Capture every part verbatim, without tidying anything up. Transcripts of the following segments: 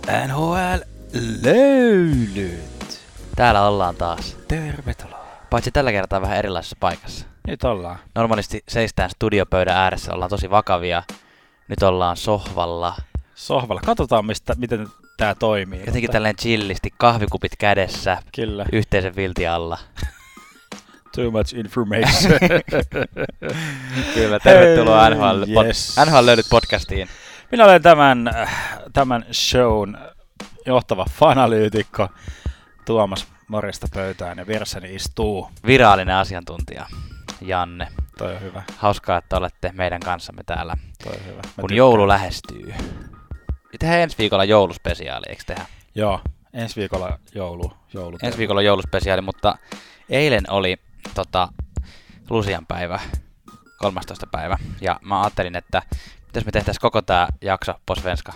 N H L-löylyt. Täällä ollaan taas. Tervetuloa. Paitsi tällä kertaa vähän erilaisessa paikassa. Nyt ollaan. Normaalisti seistään studiopöydän ääressä, ollaan tosi vakavia. Nyt ollaan sohvalla. Sohvalla. Katsotaan, mistä, miten tää toimii. Jotenkin mutta... tälleen chillisti, kahvikupit kädessä. Kyllä. Yhteisen vilti alla. Too much information. Kyllä, tervetuloa N H L, yes. N H L-löylyt podcastiin. Minä olen tämän, tämän shown johtava fanalyytikko Tuomas Morjesta pöytään ja vieressäni istuu. Virallinen asiantuntija Janne. Toi on hyvä. Hauskaa, että olette meidän kanssamme täällä, Toi on hyvä. Mä kun tykkään. joulu lähestyy. Tehdään ensi viikolla jouluspesiaali, eikö tehdä? Joo, ensi viikolla joulu. joulu Ensi viikolla jouluspesiaali, mutta eilen oli tota, Lucian päivä, kolmastoista päivä, ja mä ajattelin, että pitäis me tehtäis koko tää jakso på svenska.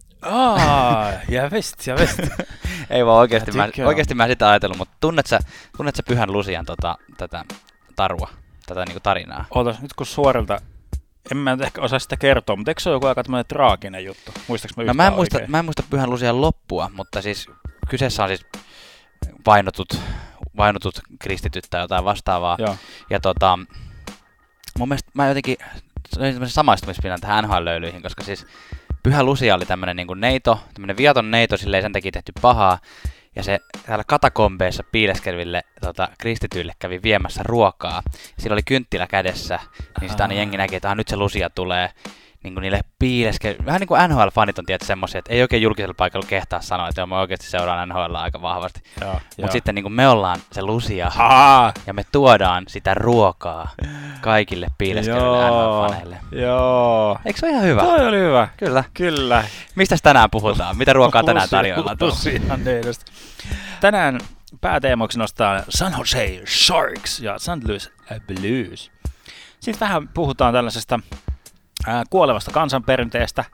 Aa, ja vist, ja vist. Ei vaan oikeesti mä, tykkään. oikeesti mä sitä ajatellut, mutta tunnet sä, tunnet sä Pyhän Lucian tota, tätä tarua, tätä niinku tarinaa? Ootas, nyt kun suorilta, en mä nyt ehkä osaa sitä kertoa, mutta eikö se ole joku aika tämmönen traaginen juttu? Muistaaks mä No yhtään mä en, muista, oikein? mä en muista Pyhän Lucian loppua, mutta siis kyseessä on siis vainotut, vainotut kristityt tai jotain vastaavaa. Joo. Ja tota, mun mielestä mä jotenkin, se oli semmoisen samaistumispinnan tähän N H L-löylyihin, koska siis Pyhä Lucia oli tämmönen niinku neito, tämmönen viaton neito, sille ei sen takia tehty pahaa. Ja se täällä katakombeissa piileskelville tota, kristityille kävi viemässä ruokaa. Sillä oli kynttilä kädessä, niin sitä aina jengi näki, että ah, nyt se Lucia tulee. Niin kuin niille piileskelville. Vähän niin kuin N H L-fanit on tietysti semmosia, että ei oikein julkisella paikalla kehtaa sanoa, että mä oikeasti seuraan N H L aika vahvasti. Mutta sitten niin kuin me ollaan se Lucia Aa, ja me tuodaan sitä ruokaa kaikille piileskelville N H L-faneille. Joo. Eikö se ole ihan hyvä? Toi oli hyvä. Kyllä. Kyllä. Mistäs tänään puhutaan? Mitä ruokaa tänään tarjoillaan? Lucian neidosta. Tänään pääteemoksi nostaa San Jose Sharks ja Saint Louis Blues. Sitten vähän puhutaan tällaisesta ää, kuolevasta kansanperinteestä,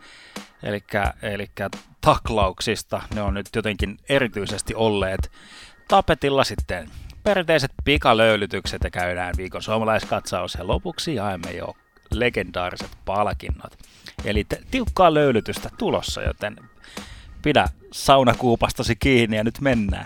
eli taklauksista. Ne on nyt jotenkin erityisesti olleet tapetilla. Sitten perinteiset pikalöylytykset ja käydään viikon suomalaiskatsaus ja lopuksi jaemme jo legendaariset palkinnot. Eli t- tiukkaa löylytystä tulossa, joten pidä saunakuupastasi kiinni ja nyt mennään.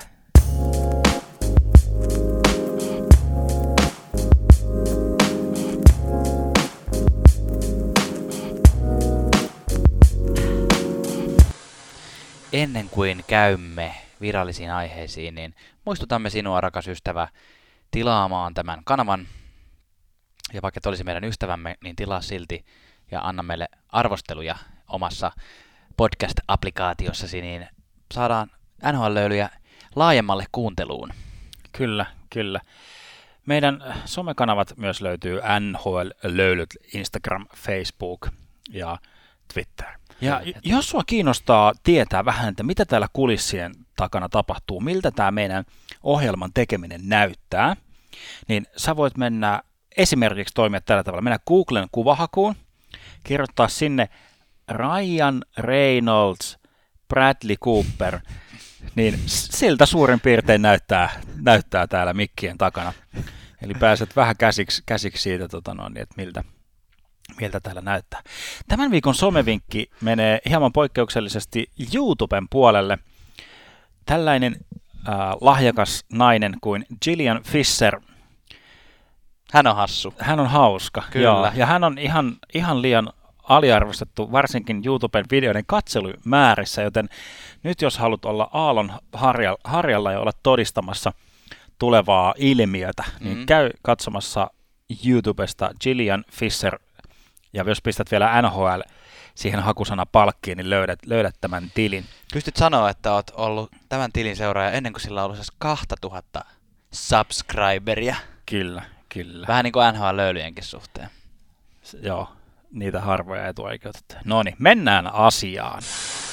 Ennen kuin käymme virallisiin aiheisiin, niin muistutamme sinua, rakas ystävä, tilaamaan tämän kanavan. Ja vaikka et olisi meidän ystävämme, niin tilaa silti ja anna meille arvosteluja omassa podcast-applikaatiossasi, niin saadaan N H L-löylyjä laajemmalle kuunteluun. Kyllä, kyllä. Meidän somekanavat myös löytyy N H L-löylyt, Instagram, Facebook ja Twitter. Ja jos sua kiinnostaa tietää vähän, että mitä täällä kulissien takana tapahtuu, miltä tämä meidän ohjelman tekeminen näyttää, niin sä voit mennä esimerkiksi toimia tällä tavalla. Mennä Googlen kuvahakuun, kirjoittaa sinne Ryan Reynolds, Bradley Cooper, niin siltä suurin piirtein näyttää, näyttää täällä mikkien takana. Eli pääset vähän käsiksi, käsiksi siitä, tota noin, että miltä, miltä täällä näyttää. Tämän viikon somevinkki menee hieman poikkeuksellisesti YouTuben puolelle. Tällainen äh, lahjakas nainen kuin Gillian Fisher. Hän on hassu. Hän on hauska. Kyllä. Joo, ja hän on ihan, ihan liian aliarvostettu, varsinkin YouTuben videoiden katselumäärissä, joten nyt jos haluat olla aallon harjalla, harjalla ja olla todistamassa tulevaa ilmiötä, mm-hmm. niin käy katsomassa YouTubesta Gillian Fisher, ja jos pistät vielä N H L siihen hakusana palkkiin, niin löydät, löydät tämän tilin. Pystyt sanoa, että oot ollut tämän tilin seuraaja ennen kuin sillä on ollut kaksituhatta subscriberia. Kyllä, kyllä. Vähän niin kuin N H L-löylyjenkin suhteen. S- joo, niitä harvoja etuoikeutettuja. No niin, mennään asiaan.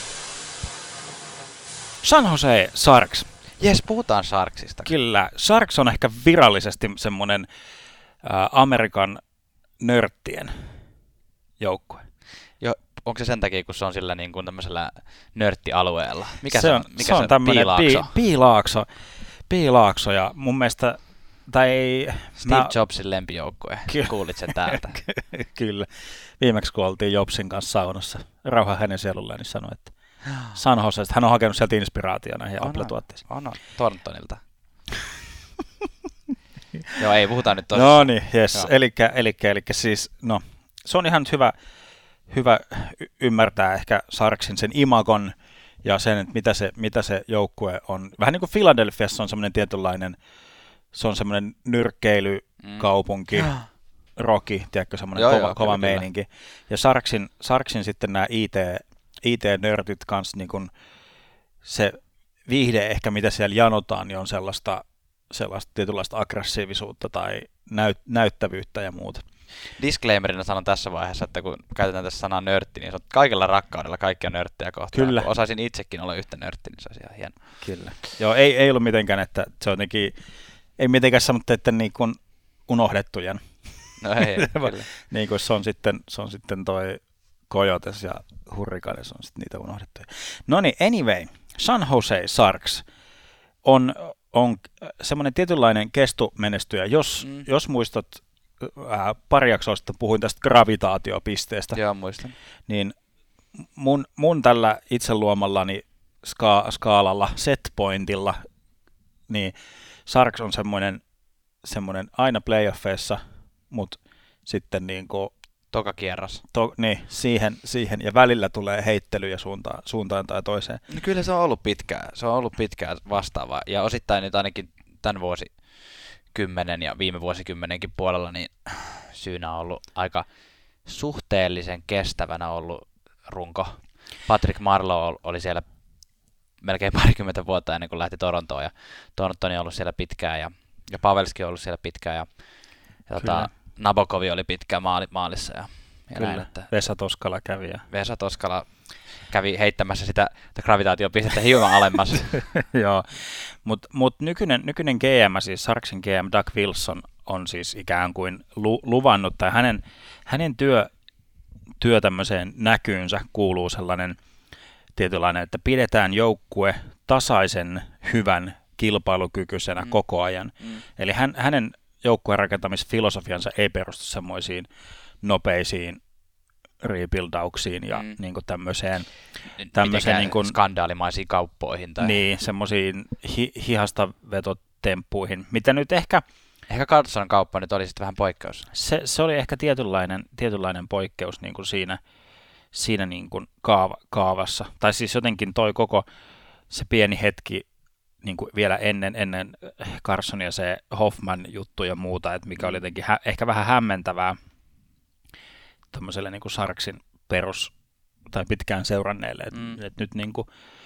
San Jose Sharks. Jes, puhutaan Sharksista. Kyllä, Sharks on ehkä virallisesti semmoinen ä, Amerikan nörttien joukkue. Jo, onko se sen takia, kun se on sillä niin kuin tämmöisellä nörttialueella? Mikä se, se on? Mikä se on tämmöinen Piilaakso? pi, piilaakso. Piilaakso, ja mun mielestä, tai Steve mä, Jobsin lempijoukkue. Ky- Kuulit sen täältä. Kyllä. Viimeksi kun oltiin Jobsin kanssa saunassa, rauha hänen sielulleen, niin sanoi, että San Josesta. Hän on hakenut sieltä inspiraatiota näihin on, Apple-tuotteisiin. On, on. Thorntonilta. Joo, ei, puhutaan nyt tosissaan. No niin, jes. Elikkä, elikkä, elikkä siis, no, se on ihan hyvä, hyvä y- ymmärtää ehkä Sarksin sen imagon ja sen, että mitä se, mitä se joukkue on. Vähän niin kuin Philadelphiassa on semmoinen tietynlainen, se on semmoinen nyrkkeilykaupunki, mm. Rocky, tiedätkö, semmoinen joo, kova, joo, kova kyllä, meininki. Ja Sarksin, Sarksin sitten nämä I T, I T-nörtit kanssa, niin kuin se viihde ehkä, mitä siellä janotaan, niin on sellaista, sellaista tietynlaista aggressiivisuutta tai näyt, näyttävyyttä ja muuta. Disclaimerina sanon tässä vaiheessa, että kun käytetään tässä sanaa nörtti, niin se on kaikella rakkaudella kaikki on nörttejä kohtaan. Kyllä. Kun osaisin itsekin olla yhtä nörtti, niin se olisi ihan hieno. Kyllä. Joo, ei, ei ollut mitenkään, että se on jotenkin, ei mitenkään sanottu, että niin kuin unohdettujen. No ei, kyllä. Niin kuin se on sitten, se on sitten toi Coyotes ja Hurricanes on sitten niitä unohdettuja. No niin, anyway, San Jose Sharks on, on semmoinen tietynlainen kestomenestyjä. Jos, mm. jos muistat, ää, pari jaksoa sitten puhuin tästä gravitaatiopisteestä. Joo, muistan. Niin mun, mun tällä itse luomallani ska, skaalalla, setpointilla, niin Sharks on semmoinen, semmoinen aina playoffeissa, mutta sitten niin kuin toka kierros. To, niin, siihen, siihen, ja välillä tulee heittelyjä suuntaan, suuntaan tai toiseen. No kyllä se on ollut pitkään, se on ollut pitkään vastaavaa, ja osittain nyt ainakin tämän vuosikymmenen ja viime vuosikymmenenkin puolella, niin syynä on ollut aika suhteellisen kestävänä ollut runko. Patrick Marleau oli siellä melkein parikymmentä vuotta ennen kuin lähti Torontoon, ja Toronto on ollut siellä pitkään, ja, ja Pavelski on ollut siellä pitkään, ja, ja tota, Nabokovi oli pitkään maali, maalissa. Ja, ja Kyllä, näin, että Vesa Toskala kävi. Ja Vesa Toskala kävi heittämässä sitä gravitaatiopistettä hieman alemmas. Joo, mutta mut nykyinen, nykyinen G M, siis Sharksin G M Doug Wilson, on siis ikään kuin lu, luvannut, tai hänen, hänen työ, työ tämmöiseen näkyynsä kuuluu sellainen tietynlainen, että pidetään joukkue tasaisen hyvän kilpailukykyisenä mm. koko ajan. Mm. Eli hän, hänen joukkueen rakentamisfilosofiansa ei perustu semmoisiin nopeisiin rebuildauksiin ja mm. niin kuin tämmöiseen, tämmöiseen niin kuin, skandaalimaisiin kauppoihin. Tai niin, semmoisiin hi, hihasta vetotemppuihin, mitä nyt ehkä Ehkä Carlsonin kauppa nyt oli sitten vähän poikkeus. Se, se oli ehkä tietynlainen, tietynlainen poikkeus niin kuin siinä, siinä niin kuin kaava, kaavassa. Tai siis jotenkin toi koko se pieni hetki niin kuin vielä ennen, ennen Carlsonia se Hoffman-juttu ja muuta, että mikä oli jotenkin hä, ehkä vähän hämmentävää tämmöiselle niin kuin Sharksin perus- tai pitkään seuranneelle, että mm. et nyt niin kuin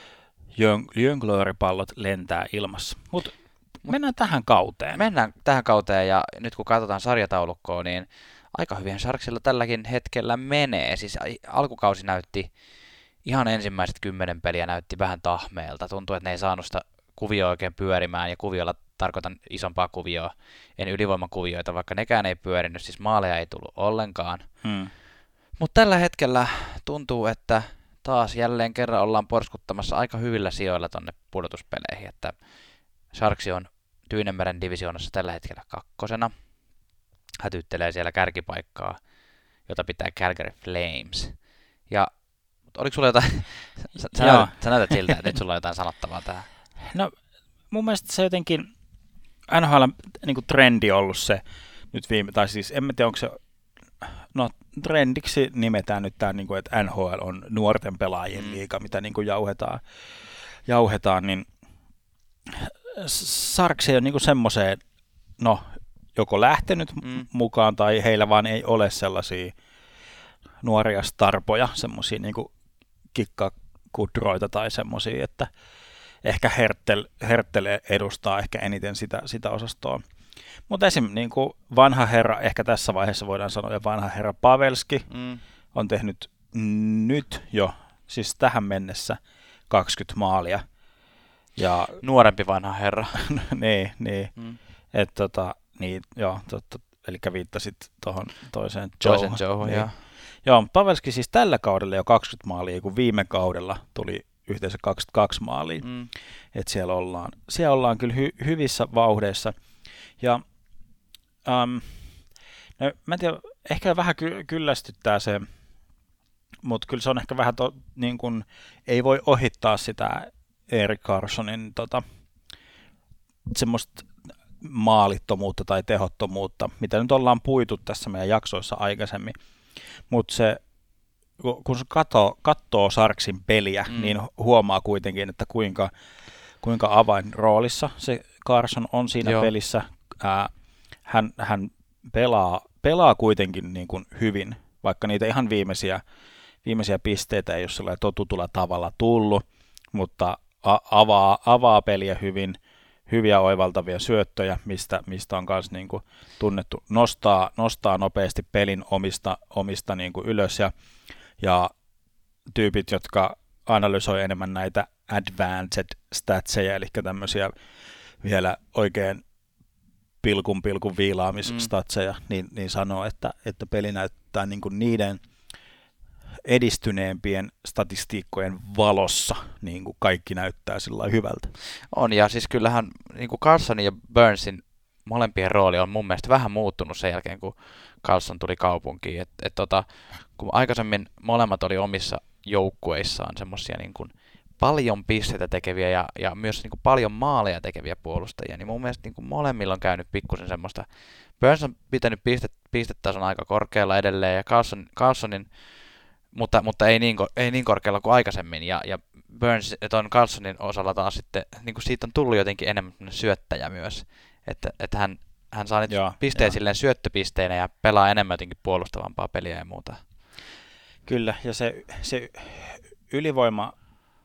Jönglory-pallot lentää ilmassa. Mutta mennään tähän kauteen. Mennään tähän kauteen, ja nyt kun katsotaan sarjataulukkoa, niin aika hyvin Sharksilla tälläkin hetkellä menee. Siis alkukausi näytti, ihan ensimmäiset kymmenen peliä näytti vähän tahmeelta. Tuntuu, että ne ei saanut sitä kuvioa oikein pyörimään, ja kuviolla tarkoitan isompaa kuvioa, en ylivoimakuvioita, vaikka nekään ei pyörinyt, siis maaleja ei tullut ollenkaan. Hmm. Mutta tällä hetkellä tuntuu, että taas jälleen kerran ollaan porskuttamassa aika hyvillä sijoilla tonne pudotuspeleihin, että Sharks on Tyynenmeren divisioonassa tällä hetkellä kakkosena, hätyttelee siellä kärkipaikkaa, jota pitää Calgary Flames. Ja oliko sulla jotain, sä, sä, näytät, sä näytät siltä, että nyt sulla on jotain sanottavaa tähän. No mun mielestä se jotenkin N H L niin kuin trendi ollut se nyt viime, tai siis en mä tiedä onko se, no trendiksi nimetään nyt tämä, niin kuin, että N H L on nuorten pelaajien liiga, mitä niin kuin jauhetaan, jauhetaan, niin Sharks ei ole niin kuin semmoiseen, no joko lähtenyt mm. mukaan tai heillä vaan ei ole sellaisia nuoria starpoja, semmoisia niin kuin kikkakudroita tai semmoisia, että ehkä Hertel, Hertel edustaa ehkä eniten sitä, sitä osastoa. Mutta esimerkiksi niin kuin vanha herra, ehkä tässä vaiheessa voidaan sanoa, ja vanha herra Pavelski mm. on tehnyt nyt jo, siis tähän mennessä kaksikymmentä maalia. Ja nuorempi vanha herra. niin, niin. Mm. Että tota, niin, joo, totta, eli viittasit tuohon toiseen Toisen Joe, niin. joo. Joo, Pavelski siis tällä kaudella jo kaksikymmentä maalia, kun viime kaudella tuli yhteensä kaksikymmentäkaksi maalia. Mm. Että siellä ollaan, siellä ollaan kyllä hy- hyvissä vauhdeissa. Ja um, no, mä en tiedä, ehkä vähän ky- kyllästyttää se mutta kyllä se on ehkä vähän, to, niin kuin, ei voi ohittaa sitä Erik Karlssonin tota, semmoista maalittomuutta tai tehottomuutta, mitä nyt ollaan puitu tässä meidän jaksoissa aikaisemmin, mutta se, kun se katsoo, katsoo Sharksin peliä, mm. niin huomaa kuitenkin, että kuinka, kuinka avainroolissa se Carson on siinä Joo. pelissä. Ää, hän, hän pelaa, pelaa kuitenkin niin kuin hyvin, vaikka niitä ihan viimeisiä, viimeisiä pisteitä ei ole sellainen totutulla tavalla tullut, mutta a- avaa, avaa peliä hyvin, hyviä oivaltavia syöttöjä, mistä, mistä on myös niin kuin tunnettu, nostaa, nostaa nopeasti pelin omista, omista niin kuin ylös, ja, ja tyypit, jotka analysoi enemmän näitä advanced statseja, eli tämmöisiä vielä oikein pilkun pilkun viilaamisstatseja, mm. niin, niin sanoo, että, että peli näyttää niin kuin niiden edistyneempien statistiikkojen valossa, niin kuin kaikki näyttää sillä hyvältä. On, ja siis kyllähän niin kuin Carlsonin ja Burnsin molempien rooli on mun mielestä vähän muuttunut sen jälkeen, kun Carlson tuli kaupunkiin. Et, et tota, kun aikaisemmin molemmat oli omissa joukkueissaan semmoisia niin kuin paljon pisteitä tekeviä ja, ja myös niin kuin paljon maaleja tekeviä puolustajia, niin mun mielestä niin kuin molemmilla on käynyt pikkusen semmoista. Burns on pitänyt pistet, pistetason aika korkealla edelleen, ja Carlson, Carlsonin Mutta, mutta ei, niin, ei niin korkealla kuin aikaisemmin, ja, ja Burns, ton Carlsonin osalla taas sitten, niin kuin siitä on tullut jotenkin enemmän syöttäjä myös, että, että hän, hän saa nyt pisteen silleen syöttöpisteinä ja pelaa enemmän jotenkin puolustavampaa peliä ja muuta. Kyllä, ja se, se ylivoima,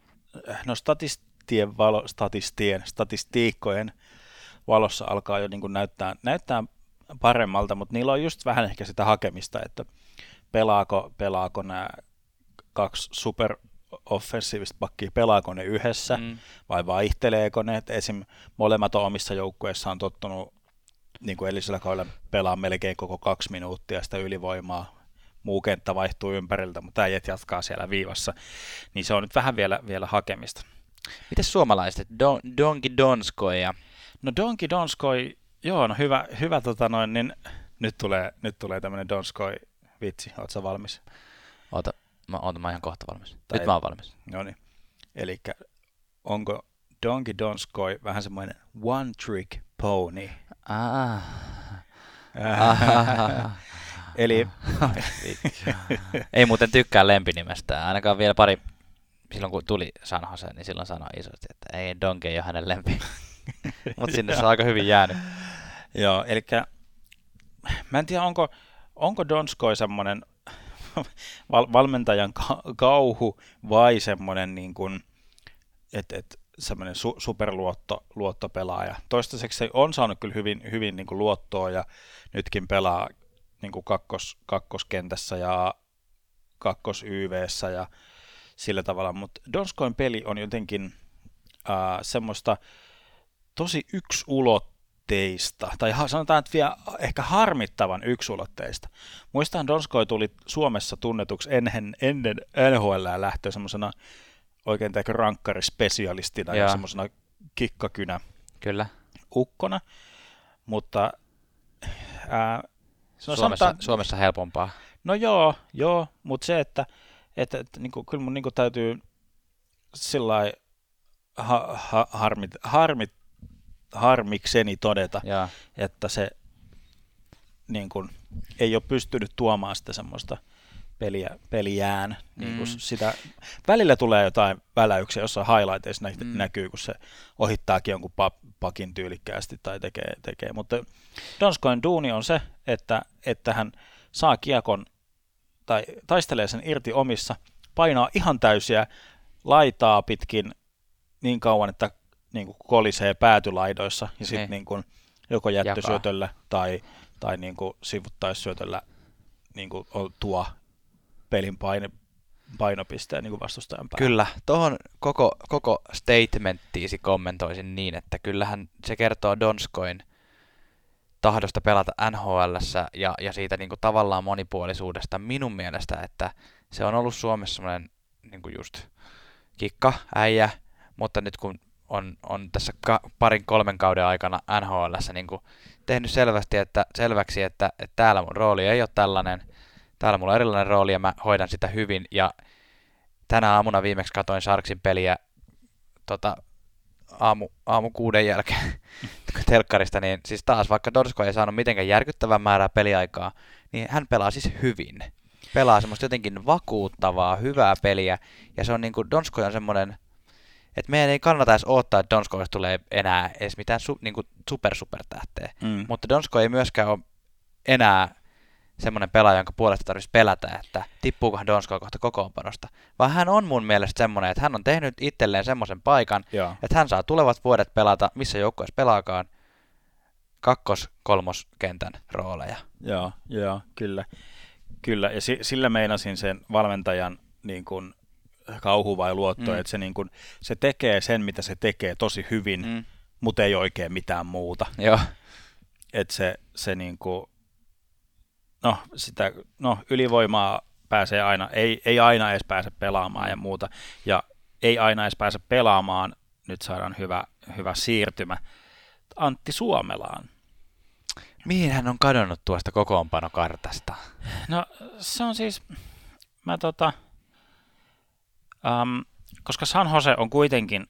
no statistien valo, statistien, statistiikkojen valossa alkaa jo niin kuin näyttää, näyttää paremmalta, mutta niillä on just vähän ehkä sitä hakemista, että Pelaako, pelaako nämä kaksi superoffensiivista pakkia, pelaako ne yhdessä mm. vai vaihteleeko ne? Et esim. Molemmat on omissa joukkueissaan tottunut, niin kuin edellisellä kaudella, pelaa melkein koko kaksi minuuttia sitä ylivoimaa. Muu kenttä vaihtuu ympäriltä, mutta äijät jatkaa siellä viivassa. Niin se on nyt vähän vielä, vielä hakemista. Mites suomalaiset? Don, Donki Donskoi? Ja... No Donki Donskoi, joo, no hyvä, hyvä tota noin, niin nyt tulee, nyt tulee tämmöinen Donskoi. Vitsi, ootko sä valmis? Oota, mä, oota, mä ihan kohta valmis. Tai Nyt mä oon valmis. No niin. Elikkä onko Donki Donskoi vähän semmoinen one trick pony? Ah. ah. Eli... Ei muuten tykkää lempinimestä. Ainakaan vielä pari, silloin kun tuli San Jose, niin silloin sanoi isosti, että ei, Donki ei ole hänen lempi. Mutta sinne se on aika hyvin jäänyt. Joo, elikkä mä en tiedä, onko... Onko Donskoi semmoinen val- valmentajan ka- kauhu vai semmoinen niin kuin, että et, semmoinen su- superluottopelaaja? Toistaiseksi se on saanut kyllä hyvin, hyvin niin kuin luottoa ja nytkin pelaa niin kuin kakkos, kakkoskentässä ja kakkos-Y V:ssä ja sillä tavalla, mutta Donskoin peli on jotenkin äh, semmoista tosi yksulotteista. Teista, tai sanotaan, että vielä ehkä harmittavan yksulotteista. Muistan, Donskoi tuli Suomessa tunnetuksi ennen, ennen N H L lähtöä semmoisena oikein teikö rankkarispesialistina ja, ja semmoisena kikkakynä Kyllä. ukkona, mutta ää, Suomessa, sanotaan, Suomessa helpompaa. No joo, joo, mutta se, että, että, että niin kuin, kyllä mun niin kuin täytyy sillai ha, ha, harmit, harmit harmikseni todeta, ja. että se niin kun, ei ole pystynyt tuomaan sitä semmoista peliä, peliään. Mm. Niin kun sitä, välillä tulee jotain väläyksiä, jossain highlighteissa nä- mm. näkyy, kun se ohittaakin jonkun pa- pakin tyylikkäästi tai tekee. tekee. Mutta Donskoin duuni on se, että, että hän saa kiekon tai taistelee sen irti omissa, painaa ihan täysiä laitaa pitkin niin kauan, että niin kuin kolisee päätylaidoissa ja sitten niin kuin joko jättösyötöllä tai, tai niin kuin sivuttaissyötöllä niin kuin tuo pelin paine, painopisteen niin kuin vastustajan päälle. Kyllä, tuohon koko, koko statementtiisi kommentoisin niin, että kyllähän se kertoo Donskoin tahdosta pelata N H L:ssä ja, ja siitä niin kuin tavallaan monipuolisuudesta minun mielestä, että se on ollut Suomessa semmoinen niin kuin just kikka, äijä, mutta nyt kun on, on tässä ka- parin kolmen kauden aikana N H L:ssä niin kuin tehnyt selvästi, että, selväksi, että, että täällä mun rooli ei ole tällainen. täällä mulla on erilainen rooli ja mä hoidan sitä hyvin. Ja tänä aamuna viimeksi katoin Sharksin peliä tota, aamu, aamu kuuden jälkeen telkkarista, niin siis taas vaikka Donsko ei saanut mitenkään järkyttävää määrää peliaikaa, niin hän pelaa siis hyvin. Pelaa semmoista jotenkin vakuuttavaa, hyvää peliä, ja se on niinku, Donskoi on semmoinen, että meidän ei kannata edes odottaa, että Donskoista tulee enää edes mitään su, niinku super super tähteä. Mm. Mutta Donsko ei myöskään ole enää semmoinen pelaaja, jonka puolesta tarvitsisi pelätä, että tippuukohan Donskoa kohta kokoonpanosta. Vaan hän on mun mielestä semmoinen, että hän on tehnyt itselleen semmoisen paikan, Joo. että hän saa tulevat vuodet pelata, missä joukkueessa pelaakaan, kakkos-, kolmoskentän rooleja. Joo, joo, kyllä. Kyllä, ja sillä meinasin sen valmentajan niin kuin kauhu vai luotto, mm. että se, niin kuin, se tekee sen, mitä se tekee tosi hyvin, mm. mutta ei oikein mitään muuta. Joo. Että se, se niin kuin, no, sitä, no, ylivoimaa pääsee aina, ei, ei aina edes pääse pelaamaan ja muuta, ja ei aina edes pääse pelaamaan, nyt saadaan hyvä, hyvä siirtymä, Antti Suomelaan. Mihin hän on kadonnut tuosta kokoonpanokartasta? No se on siis, mä tota, um, koska San Jose on kuitenkin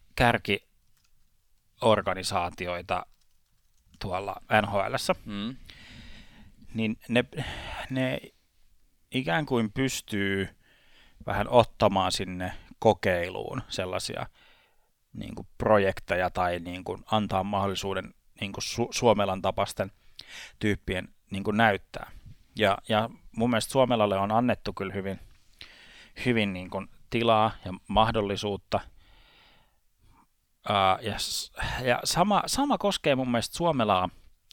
kärkiorganisaatioita tuolla N H L:ssä, mm. niin ne, ne ikään kuin pystyy vähän ottamaan sinne kokeiluun sellaisia niin kuin projekteja tai niin kuin antaa mahdollisuuden niin kuin Su- Suomelan tapaisten tyyppien niin kuin näyttää. Ja, ja mun mielestä Suomelalle on annettu kyllä hyvin, hyvin niin kuin tilaa ja mahdollisuutta. Ää, ja ja sama, sama koskee mun mielestä Suomelaa,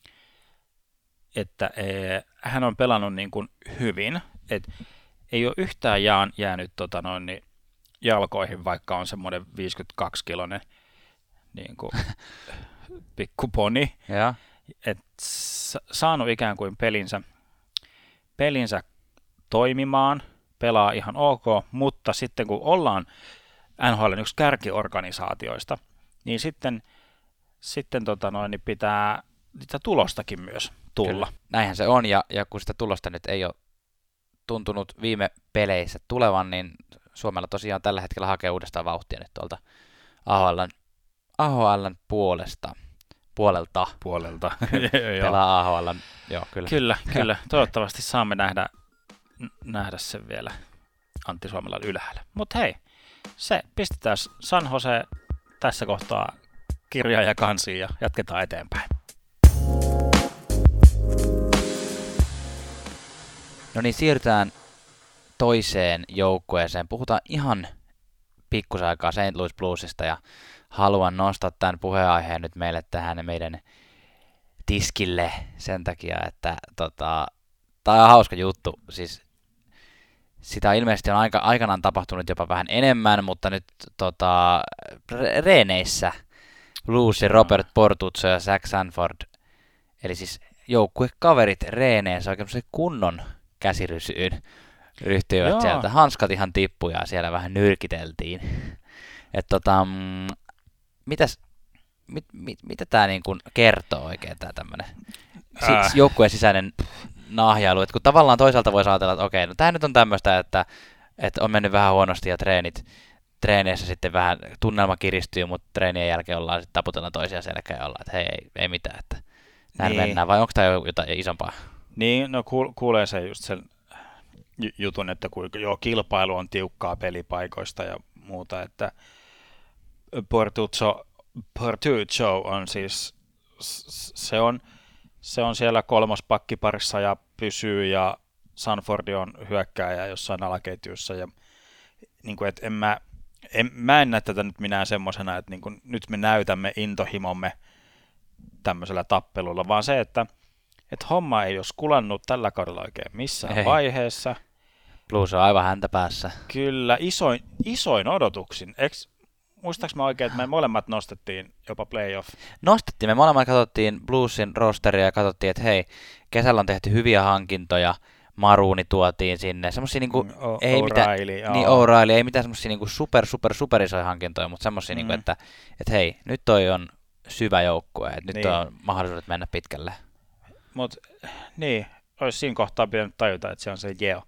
että ee, hän on pelannut niin kuin hyvin. Et ei ole yhtään jaan jäänyt tota noin, niin jalkoihin, vaikka on semmoinen viisikymmentäkaksi-kiloinen niin kuin pikkuponi. Ja. Et saanut ikään kuin pelinsä, pelinsä toimimaan, pelaa ihan ok, mutta sitten kun ollaan N H L:n yksi kärkiorganisaatioista, niin sitten, sitten tota noin, niin pitää sitä tulostakin myös tulla. Kyllä. Näinhän se on, ja, ja kun sitä tulosta nyt ei ole tuntunut viime peleissä tulevan, niin Suomella tosiaan tällä hetkellä hakee uudestaan vauhtia nyt tuolta A H L:n, A H L:n puolesta. Puolelta. Puolelta. Pelaa A H L:n, joo, kyllä. Kyllä, kyllä. Toivottavasti saamme nähdä, nähdä sen vielä Antti Suomelan ylhäällä. Mutta hei, se pistetään San Jose tässä kohtaa kirjaa ja kansiin ja jatketaan eteenpäin. No niin, siirrytään toiseen joukkueeseen. Puhutaan ihan pikkusen aikaa Saint Louis Bluesista ja haluan nostaa tämän puheenaiheen nyt meille tähän meidän tiskille sen takia, että tota, tämä on hauska juttu. Siis, sitä ilmeisesti on aika, aikanaan tapahtunut jopa vähän enemmän, mutta nyt tota, reeneissä Bluesin Robert Portuzzo ja Zach Sanford, eli siis joukkuekaverit reeneissä oikein kunnon käsirysyyn ryhtyivät Joo. sieltä. Hanskat ihan tippuja ja siellä vähän nyrkiteltiin. Et tota, mitäs, mit, mit, mitä tämä niinku kertoo oikein tämä tämmöinen äh. joukkueen sisäinen nahjailu? Et kun tavallaan toisaalta voisi ajatella, että okei, no tämä nyt on tämmöistä, että, että on mennyt vähän huonosti ja treenit, treeneissä sitten vähän tunnelma kiristyy, mutta treenien jälkeen ollaan sitten taputellaan toisia selkään ja ollaan, että hei, ei, ei mitään, että näin niin. mennään. Vai onko tämä jotain isompaa? Niin, no kuulee se just sen jutun, että kuinka joo, kilpailu on tiukkaa pelipaikoista ja muuta, että Portuzzo, Portuzzo on siis, se on, se on siellä kolmospakkiparissa ja pysyy ja Sanfordi on hyökkääjä jossain alaketjussa ja niin kuin, että en mä, en, mä en näe tätä nyt minä semmoisena, että niin kuin, nyt me näytämme intohimomme tämmöisellä tappelulla, vaan se, että että homma ei olisi kulannut tällä kaudella oikein missään ei. vaiheessa. Blues on aivan häntä päässä. Kyllä, isoin, isoin odotuksin. Eks, muistaaks mä oikein, että me molemmat nostettiin jopa playoff? Nostettiin. Me molemmat katsottiin Bluesin rosteria ja katsottiin, että hei, kesällä on tehty hyviä hankintoja. Maruuni tuotiin sinne. Semmosia niinku, mm, o- ei mitään, niin O'Reilly, ei mitään semmosia niinku super, super, super isoja hankintoja, mutta semmosia mm. niinku, että, että hei, nyt toi on syvä joukkue, että nyt niin. on mahdollisuudet mennä pitkälle. Mutta niin, olisi siinä kohtaa pitänyt tajuta, että se on se Jeo.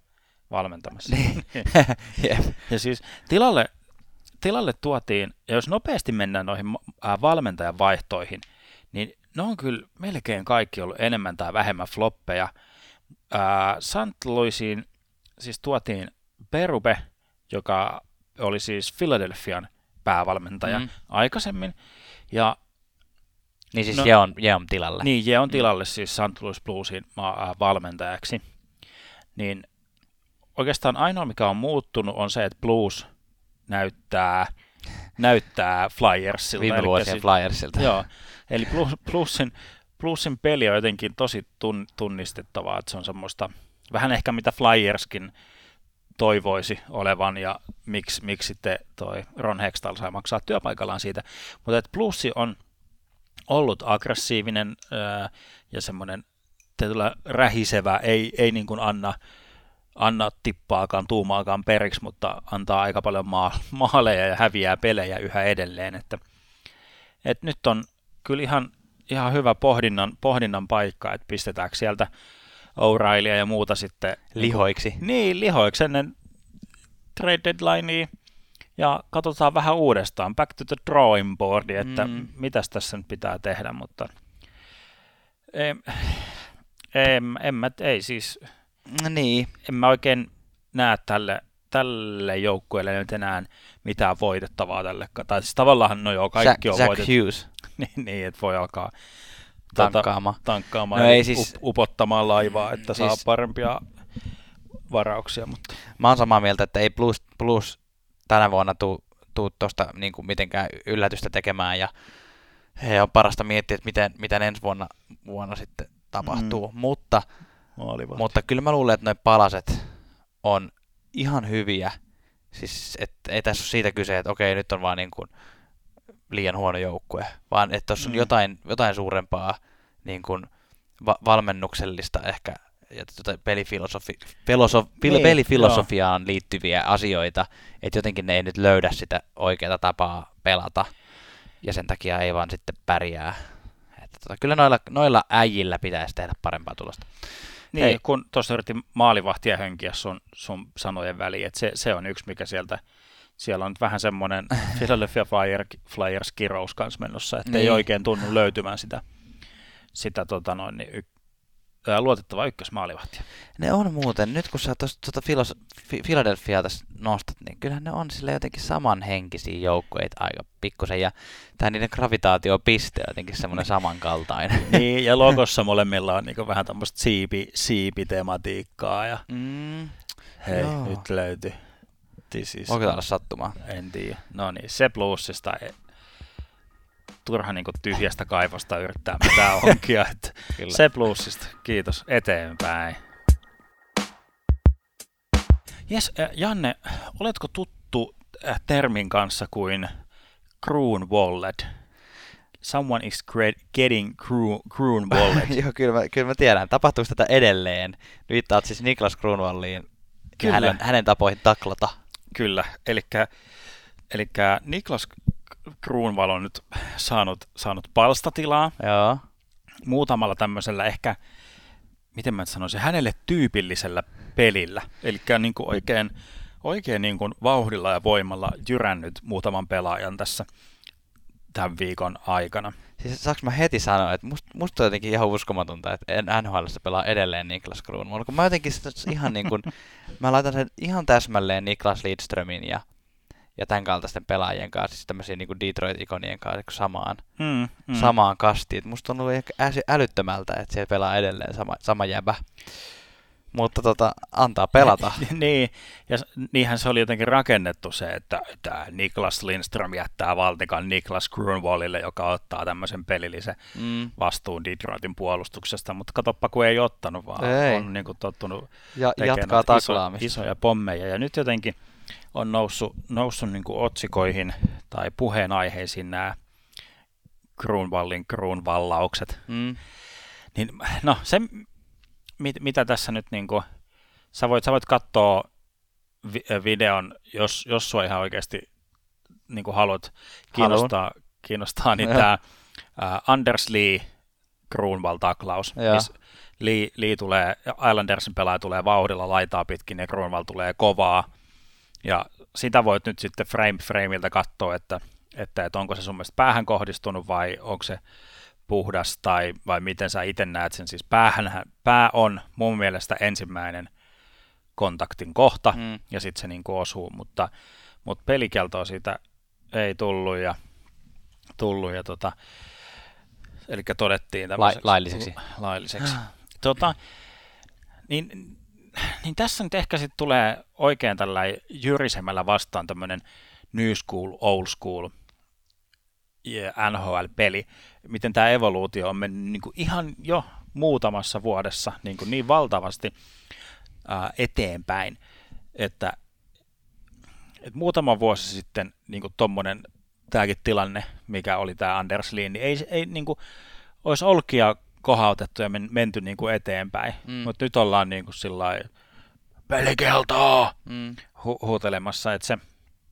valmentamassa. Niin. Jep. Ja siis tilalle, tilalle tuotiin, ja jos nopeasti mennään noihin äh, valmentajan vaihtoihin, niin ne on kyllä melkein kaikki ollut enemmän tai vähemmän floppeja. Äh, Saint Louisiin siis tuotiin Berube, joka oli siis Philadelphian päävalmentaja mm. aikaisemmin, ja niin siis no, Jeon, Jeon tilalle. Niin, Jeon tilalle siis Saint Louis Bluesin valmentajaksi. Niin oikeastaan ainoa, mikä on muuttunut, on se, että Blues näyttää, näyttää Flyersilta. Viime vuosien siis, Flyersilta. Joo, eli Blues, Bluesin, Bluesin peli on jotenkin tosi tun, tunnistettavaa, että se on semmoista, vähän ehkä mitä Flyerskin toivoisi olevan, ja miksi, miksi sitten toi Ron Hextall sai maksaa työpaikallaan siitä. Mutta että Blues on ollut aggressiivinen ää, ja semmoinen tietyllä rähisevä, ei, ei niin kuin anna, anna tippaakaan, tuumaakaan periksi, mutta antaa aika paljon maa, maaleja ja häviää pelejä yhä edelleen. Että, et nyt on kyllä ihan, ihan hyvä pohdinnan, pohdinnan paikka, että pistetäänkö sieltä O'Reillya ja muuta sitten lihoiksi. Niin, niin lihoiksi ennen trade deadlinea. Ja katsotaan vähän uudestaan, back to the drawing board, että mm. mitäs tässä nyt pitää tehdä, mutta ei, ei, en mä, ei siis, niin. en mä oikein näe tälle, tälle joukkueelle nyt enää mitään voitettavaa tälle, tai siis tavallaan no joo, kaikki Jack, on voitettu. Jack Hughes. niin, niin, että voi alkaa tankkaamaan, tuota, tankkaamaan no ja ei siis, up, upottamaan laivaa, että siis, saa parempia varauksia. Mutta. Mä oon samaa mieltä, että ei Blues, Blues tänä vuonna tuu, tuu tuosta niin kuin mitenkään yllätystä tekemään, ja he on parasta miettiä, että miten, miten ensi vuonna, vuonna sitten tapahtuu, mm. mutta, mutta kyllä mä luulen, että noi palaset on ihan hyviä, siis et, ei tässä ole siitä kyse, että okei, nyt on vaan niin kuin liian huono joukkue, vaan että tuossa on mm. jotain, jotain suurempaa niin kuin va- valmennuksellista ehkä, ja tuota pelifilosofi, filosof, niin, pelifilosofiaan joo. liittyviä asioita, että jotenkin ne ei nyt löydä sitä oikeaa tapaa pelata, ja sen takia ei vaan sitten pärjää. Että tota, kyllä noilla, noilla äijillä pitäisi tehdä parempaa tulosta. Niin, Hei. kun tuossa yritin maalivahtia hönkiä sun, sun sanojen väliin, että se, se on yksi, mikä sieltä, siellä on nyt vähän semmoinen Philadelphia Flyers kirous kanssa menossa, että niin. ei oikein tunnu löytymään sitä, sitä tota noin, niin y- luotettava ykkösmaalivahtia. Ne on muuten, nyt kun sä tuota Philadelphiaa tässä nostat, niin kyllähän ne on sille jotenkin samanhenkisiä joukkueita aika pikkusen, ja tämä niiden gravitaatiopiste on jotenkin semmoinen samankaltainen. Niin, ja logossa molemmilla on niin vähän tämmöistä siipi, siipitematiikkaa, ja mm, hei, joo. nyt löytyi. Voiko tämä olla sattumaa? En tiedä. No niin, se Bluesista ei. Turha niin tyhjästä kaivosta yrittää mitään onkia. Se Bluesista. Kiitos. Eteenpäin. Jes, Janne, oletko tuttu termin kanssa kuin Kruunwalled? Someone is getting Kruunwalled. Joo, kyllä mä, kyllä mä tiedän. Tapahtuuko tätä edelleen? Viittaat siis Niklas Kruunwalliin ja hänen, hänen tapoihin taklata. Kyllä, elikkä, elikkä Niklas Kruunwall on nyt saanut, saanut palstatilaa. Joo. Muutamalla tämmöisellä ehkä, miten mä sanoisin, hänelle tyypillisellä pelillä. Elikkä niin kuin oikein, oikein niin kuin vauhdilla ja voimalla jyrännyt muutaman pelaajan tässä tämän viikon aikana. Siis saanko mä heti sanoa, että musta, musta on jotenkin ihan uskomatonta, että N H L:ssä pelaa edelleen Niklas Kruunwall, kun mä jotenkin ihan niin kuin, mä laitan sen ihan täsmälleen Niklas Lidströmin ja, ja tämän kaltaisten pelaajien kanssa, siis tämmöisiä niin kuin Detroit-ikonien kanssa samaan, mm, mm. samaan kastiin. Musta on ollut ehkä älyttömältä, että siellä pelaa edelleen sama, sama jäbä. Mutta tota, antaa pelata. Niin, ja niinhän se oli jotenkin rakennettu se, että, että Niklas Lindström jättää valtikan Niklas Kruunwallille, joka ottaa tämmöisen pelillisen mm. vastuun Detroitin puolustuksesta, mutta katoppa kun ei ottanut, vaan ei. on niin kuin tottunut ja tekemään iso, isoja pommeja. Ja nyt jotenkin on noussut, noussut niin kuin otsikoihin tai puheenaiheisiin nämä Kruunwallin kruunvallaukset. Mm. Niin, no se... Mit, mitä tässä nyt niinku, sä voit, sä voit katsoa vi- videon, jos, jos sua ihan oikeasti niinku haluat kiinnostaa, kiinnostaa niin tää uh, Anders Lee Kruunwall taklaus. Mis, Lee, Lee tulee, Islandersin pelaaja tulee vauhdilla laitaa pitkin ja Grunwald tulee kovaa. Ja sitä voit nyt sitten frame frameiltä katsoa, että, että, että onko se sun mielestä päähän kohdistunut vai onko se puhdas tai vai miten sä itse näet sen. Siis päähän, pää on mun mielestä ensimmäinen kontaktin kohta mm. ja sitten se niin kuin osuu, mutta, mutta pelikieltoa siitä ei tullut ja, tullut ja tota, eli todettiin tämmöiseksi La, lailliseksi. lailliseksi. tota, niin, niin tässä nyt ehkä sitten tulee oikein tällä jyrisemällä vastaan tämmöinen new school, old school N H L-peli, miten tämä evoluutio on mennyt niin kuin ihan jo muutamassa vuodessa niin, kuin niin valtavasti ää, eteenpäin, että, että muutama vuosi sitten niin kuin tommonen tämäkin tilanne, mikä oli tämä Anders Lee, niin ei, ei niin kuin, olisi olkia kohautettu ja men, menty niin kuin eteenpäin, mm. mutta nyt ollaan niin kuin sillai pelikeltoa mm. hu- huutelemassa, että se,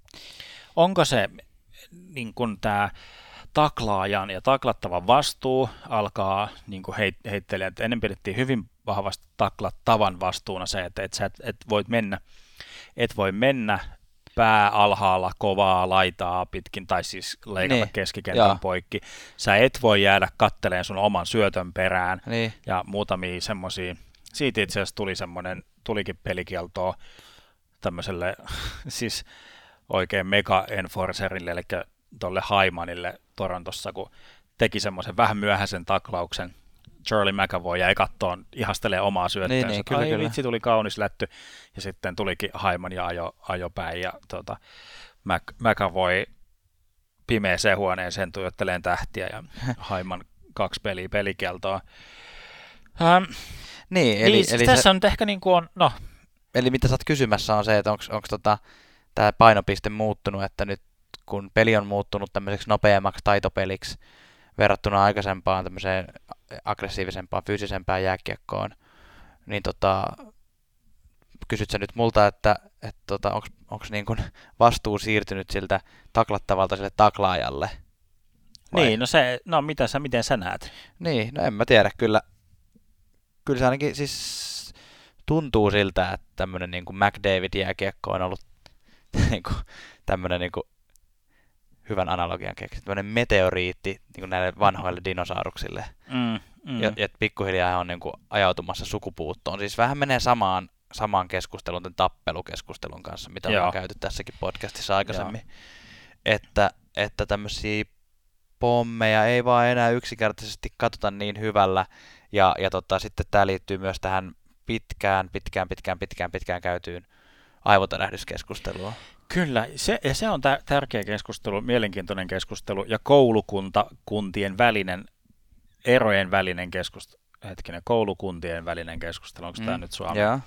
onko se niin kuin tämä taklaajan ja taklattavan vastuu alkaa niin kuin heit- heittelemään, että ennen pidettiin hyvin vahvasti taklattavan vastuuna se, että et sä et, et voit mennä, et voi mennä pää alhaalla kovaa laitaa pitkin, tai siis leikata niin. keskikentän Joo. poikki. Sä et voi jäädä katteleen sun oman syötön perään, niin. ja muutamia semmosia. Siitä itse asiassa tuli semmoinen, tulikin pelikieltoa tämmöiselle, siis oikein mega-enforcerille, eli tuolle Haimanille Torontossa, kun teki semmoisen vähän myöhäisen taklauksen. Charlie McAvoy jäi kattoon, ihastelee omaa syöttöönsä. Niin, niin, kyllä, Ai kyllä. vitsi, tuli kaunis lätty. Ja sitten tulikin Haiman ja ajo, ajo päin. Ja tuota, Mac, McAvoy pimeeseen huoneeseen tuijotteleen tähtiä ja Haiman kaksi peliä pelikieltoa. Ähm, niin, eli, niin, eli tässä se, on ehkä niin kuin on, no. Eli mitä sä oot kysymässä on se, että onko tota, tämä painopiste muuttunut, että nyt kun peli on muuttunut tämmöiseksi nopeammaksi taitopeliksi verrattuna aikaisempaan tämmöiseen aggressiivisempaan, fyysisempään jääkiekkoon, niin tota, kysyt sä nyt multa, että et tota, onko niin kun vastuu siirtynyt siltä taklattavalta sille taklaajalle? Vai? Niin, no se, no mitä sä, miten sä näet? Niin, no en mä tiedä, kyllä, kyllä se ainakin siis tuntuu siltä, että tämmöinen niin kuin McDavid-jääkiekko on ollut niin kuin, tämmöinen niin kuin hyvän analogian keksi, tämmöinen meteoriitti niin kuin näille vanhoille dinosauruksille, mm, mm. ja, ja pikkuhiljaa on niin kuin ajautumassa sukupuuttoon. Siis vähän menee samaan, samaan keskusteluun, tämän tappelukeskustelun kanssa, mitä Joo. ollaan käyty tässäkin podcastissa aikaisemmin, Joo. että, että tämmöisiä pommeja ei vaan enää yksinkertaisesti katsota niin hyvällä, ja, ja tota, sitten tämä liittyy myös tähän pitkään, pitkään, pitkään, pitkään, pitkään käytyyn aivotärähdyskeskusteluun. Kyllä, se, ja se on tä- tärkeä keskustelu, mielenkiintoinen keskustelu, ja koulukuntakuntien välinen, erojen välinen keskustelu, hetkinen, koulukuntien välinen keskustelu, onko mm. tämä nyt Suomi? Yeah.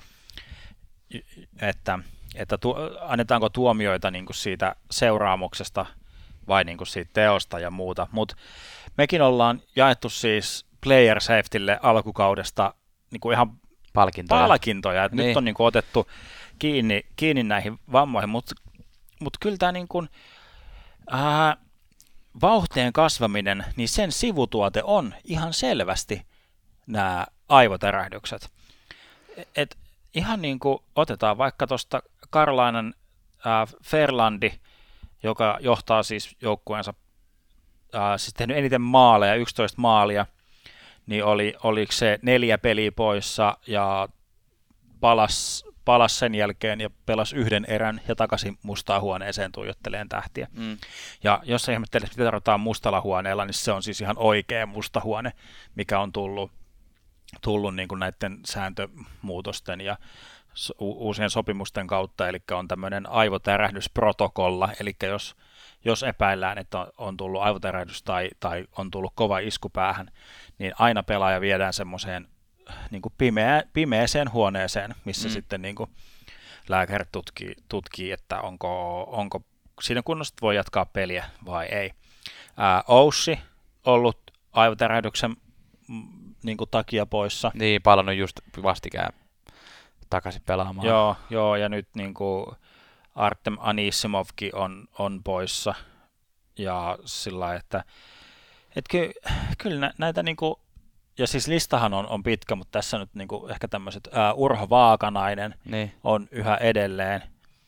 Että, että tu- annetaanko tuomioita niin kuin siitä seuraamuksesta vai niin kuin siitä teosta ja muuta, mutta mekin ollaan jaettu siis player safetylle alkukaudesta niin kuin ihan palkintoja, palkintoja. Että niin. Nyt on niin kuin otettu kiinni, kiinni näihin vammoihin, mutta mut kyllä tämä niin kuin, ää, vauhtien kasvaminen, niin sen sivutuote on ihan selvästi nämä aivotärähdykset. Et ihan niin kuin otetaan vaikka tuosta Carolinan ää, Ferlandi, joka johtaa siis joukkueensa, ää, siis tehnyt eniten maaleja, yksitoista maalia, niin oli, oliko se neljä peliä poissa ja palas, palas sen jälkeen ja pelasi yhden erän ja takaisin mustaan huoneeseen tuijotteleen tähtiä. Mm. Ja jos sä ihmettelet, mitä tarvitaan mustalla huoneella, niin se on siis ihan oikea musta huone, mikä on tullut, tullut niin kuin näiden sääntömuutosten ja uusien sopimusten kautta, eli on tämmöinen aivotärähdysprotokolla, eli jos, jos epäillään, että on, on tullut aivotärähdys tai, tai on tullut kova isku päähän, niin aina pelaaja viedään semmoiseen niin kuin pimeä, pimeäseen huoneeseen, missä mm. sitten niin kuin lääkäri tutkii, tutkii, että onko, onko siinä kunnossa voi jatkaa peliä vai ei. Ää, Oussi ollut aivotärähdyksen niin kuin takia poissa. Niin, palannut just vastikään takaisin pelaamaan. Joo, joo, ja nyt niin kuin Artem Anisimovkin on, on poissa. Ja sillä lailla, että et ky, kyllä näitä niin kuin ja siis listahan on, on pitkä, mutta tässä nyt niin kuin ehkä tämmöiset, ää, Urho Vaakanainen Niin. on yhä edelleen.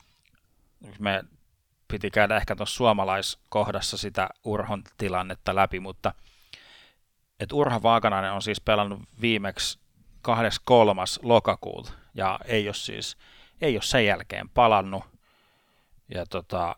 Me piti käydä ehkä tuossa suomalaiskohdassa sitä Urhon tilannetta läpi, mutta et Urho Vaakanainen on siis pelannut viimeksi kahdeskymmeneskolmas lokakuuta ja ei ole siis ei ole sen jälkeen palannut. Ja tota,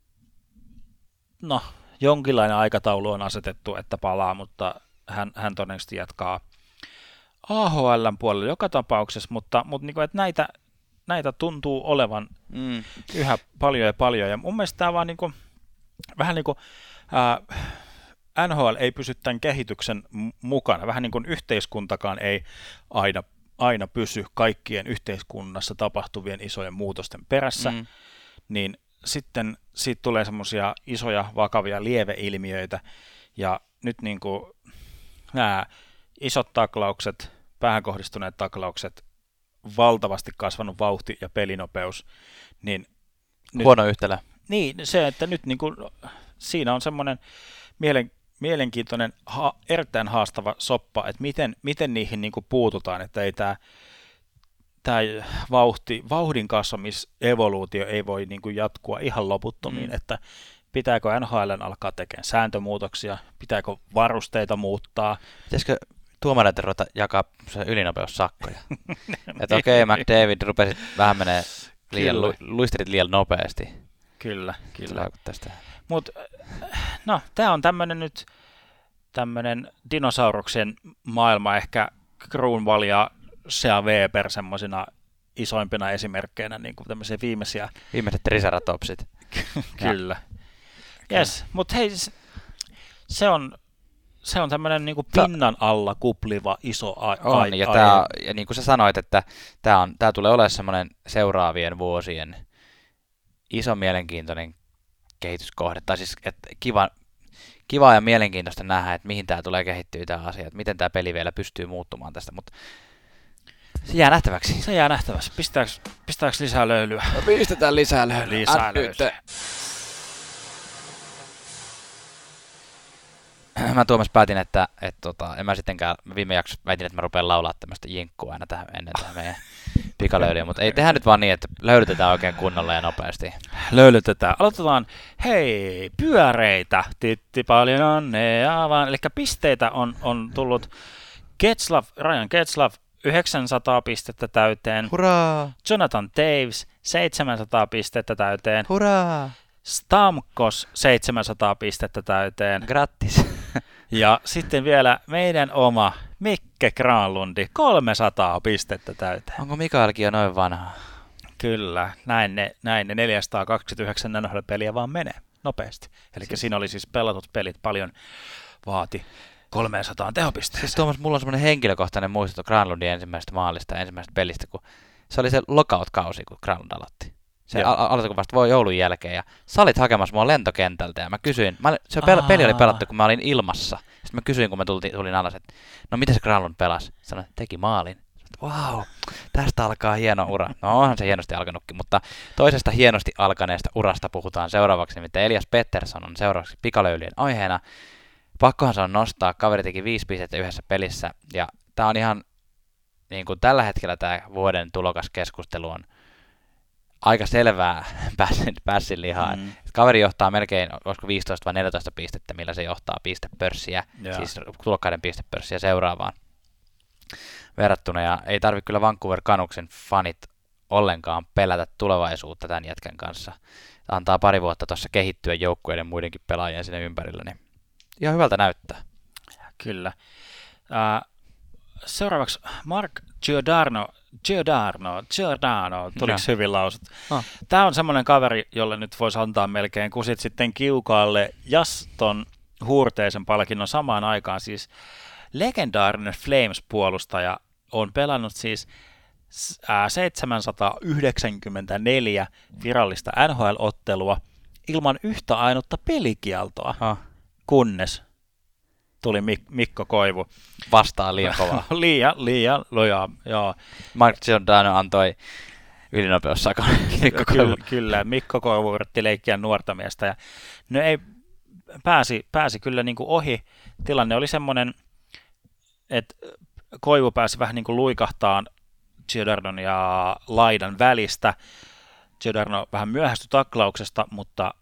no, jonkinlainen aikataulu on asetettu, että palaa, mutta hän, hän todennäköisesti jatkaa A H L:n puolella joka tapauksessa, mutta, mutta niin kuin, että näitä, näitä tuntuu olevan mm. yhä paljon ja paljon. Ja mun mielestä tämä vaan niin kuin, vähän niin kuin ää, N H L ei pysy tämän kehityksen mukana, vähän niin kuin yhteiskuntakaan ei aina, aina pysy kaikkien yhteiskunnassa tapahtuvien isojen muutosten perässä, mm. niin sitten siitä tulee semmoisia isoja, vakavia lieveilmiöitä, ja nyt niin kuin nämä isot taklaukset, päähän kohdistuneet taklaukset, valtavasti kasvanut vauhti ja pelinopeus, niin huono nyt, yhtälö. Niin, se, että nyt niin kuin, siinä on semmoinen mielen, mielenkiintoinen, ha, erittäin haastava soppa, että miten, miten niihin niin kuin puututaan, että ei tämä tämä vauhti, vauhdin kasvamisevoluutio ei voi niin kuin jatkua ihan loputtomiin, mm. että pitääkö N H L:n alkaa tekemään sääntömuutoksia, pitääkö varusteita muuttaa. Pitäisikö tuomareita ruveta jakaa ylinopeussakkoja? Että okei, okay, McDavid rupesi vähän menee liian, lu, luisterit liian nopeasti. Kyllä, kyllä. Mutta no, tämä on tämmöinen nyt tämmöinen dinosauruksien maailma, ehkä Grunwald ja Shea Weber semmoisina isoimpina esimerkkeinä, niin kuin tämmöisiä viimeisiä. Viimeiset triceratopsit. Kyllä. Yes, mutta hei, se on, se on tämmöinen niin kuin pinnan alla kupliva iso a- on, aihe. Ja, tää, ja niin kuin sä sanoit, että tämä, on, tämä tulee olemaan semmoinen seuraavien vuosien iso mielenkiintoinen kehityskohde. Tai siis että kiva, kiva ja mielenkiintoista nähdä, että mihin tämä tulee kehittyä tämä asia, että miten tämä peli vielä pystyy muuttumaan tästä, mutta se jää nähtäväksi. Se jää nähtäväksi. Pistääkö, pistääkö lisää löylyä? No pistetään lisää löylyä. Lisää löylyä. Mä Tuomas päätin, että et, tota, en mä sittenkään, viime jaksossa väitin, että mä rupean laulaa tämmöistä jinkkua aina tähän, ennen tähän meidän pikalöylyä, mutta ei tehdä nyt vaan niin, että löydytetään oikein kunnolla ja nopeasti. Löylytetään. Aloitetaan, hei, pyöreitä, titti paljon onnea vaan, eli pisteitä on, on tullut Getzlaff, Ryan Getzlaff, yhdeksänsataa pistettä täyteen. Hurraa! Jonathan Toews, seitsemänsataa pistettä täyteen. Hurraa! Stamkos, seitsemänsataa pistettä täyteen. Grattis! Ja sitten vielä meidän oma Mikke Granlundi, kolmesataa pistettä täyteen. Onko Mikaelkin jo noin vanha? Kyllä, näin ne, näin ne neljäsataakaksikymmentäyhdeksän N H L-peliä vaan menee nopeasti. Eli siis siinä oli siis pelatut pelit paljon vaati kolmesataa tehopisteeseen. Siis Tuomas, mulla on semmoinen henkilökohtainen muisto Granlundin ensimmäisestä maalista ja ensimmäisestä pelistä, kun se oli se lockout-kausi, kun Granlund aloitti. Se al- aloitti kun vasta joulun jälkeen, ja sä olit hakemassa mua lentokentältä, ja mä kysyin, mä olin, se pel- peli oli pelattu, kun mä olin ilmassa. Sitten mä kysyin, kun mä tulin, tulin alas, että no miten se Granlund pelasi? Sanoin, että teki maalin. Vau, wow, tästä alkaa hieno ura. No onhan se hienosti alkanutkin, mutta toisesta hienosti alkaneesta urasta puhutaan seuraavaksi, nimittäin Elias Pettersson on seuraavaksi pikalöylien aiheena. Pakkohan se on nostaa, kaveri teki viisi pistettä yhdessä pelissä, ja tää on ihan, niin kuin tällä hetkellä tämä vuoden tulokaskeskustelu on aika selvää pässin, pässin lihaa. Mm. Kaveri johtaa melkein, olisiko viisitoista vai neljätoista pistettä, millä se johtaa pistepörssiä, yeah. siis tulokkaiden pistepörssiä seuraavaan verrattuna, ja ei tarvitse kyllä Vancouver Canucksin fanit ollenkaan pelätä tulevaisuutta tämän jätkän kanssa. Antaa pari vuotta tuossa kehittyä joukkueiden muidenkin pelaajien sinne ympärillä, niin ihan hyvältä näyttää. Kyllä. Uh, seuraavaksi Mark Giordano, Giordano, Giordano, tuliko no. hyvin lausut? Oh. Tämä on semmoinen kaveri, jolle nyt voisi antaa melkein kusit sitten kiukaalle Jaston Huurteisen palkinnon samaan aikaan. Siis legendaarinen Flames-puolustaja on pelannut siis seitsemänsataayhdeksänkymmentäneljä virallista N H L-ottelua ilman yhtä ainutta pelikieltoa, oh. kunnes tuli Mik- Mikko Koivu. Vastaan liian kovaa. liian, liian lujaa, joo. Mark Giordano antoi ylinopeussakon Mikko Koivu. Kyllä, kyllä, Mikko Koivu yritti leikkiä nuorta miestä. Ja no ei, pääsi, pääsi kyllä niin kuin ohi. Tilanne oli semmoinen, että Koivu pääsi vähän niin kuin luikahtaan Giordardon ja laidan välistä. Giordano vähän myöhästyi taklauksesta, mutta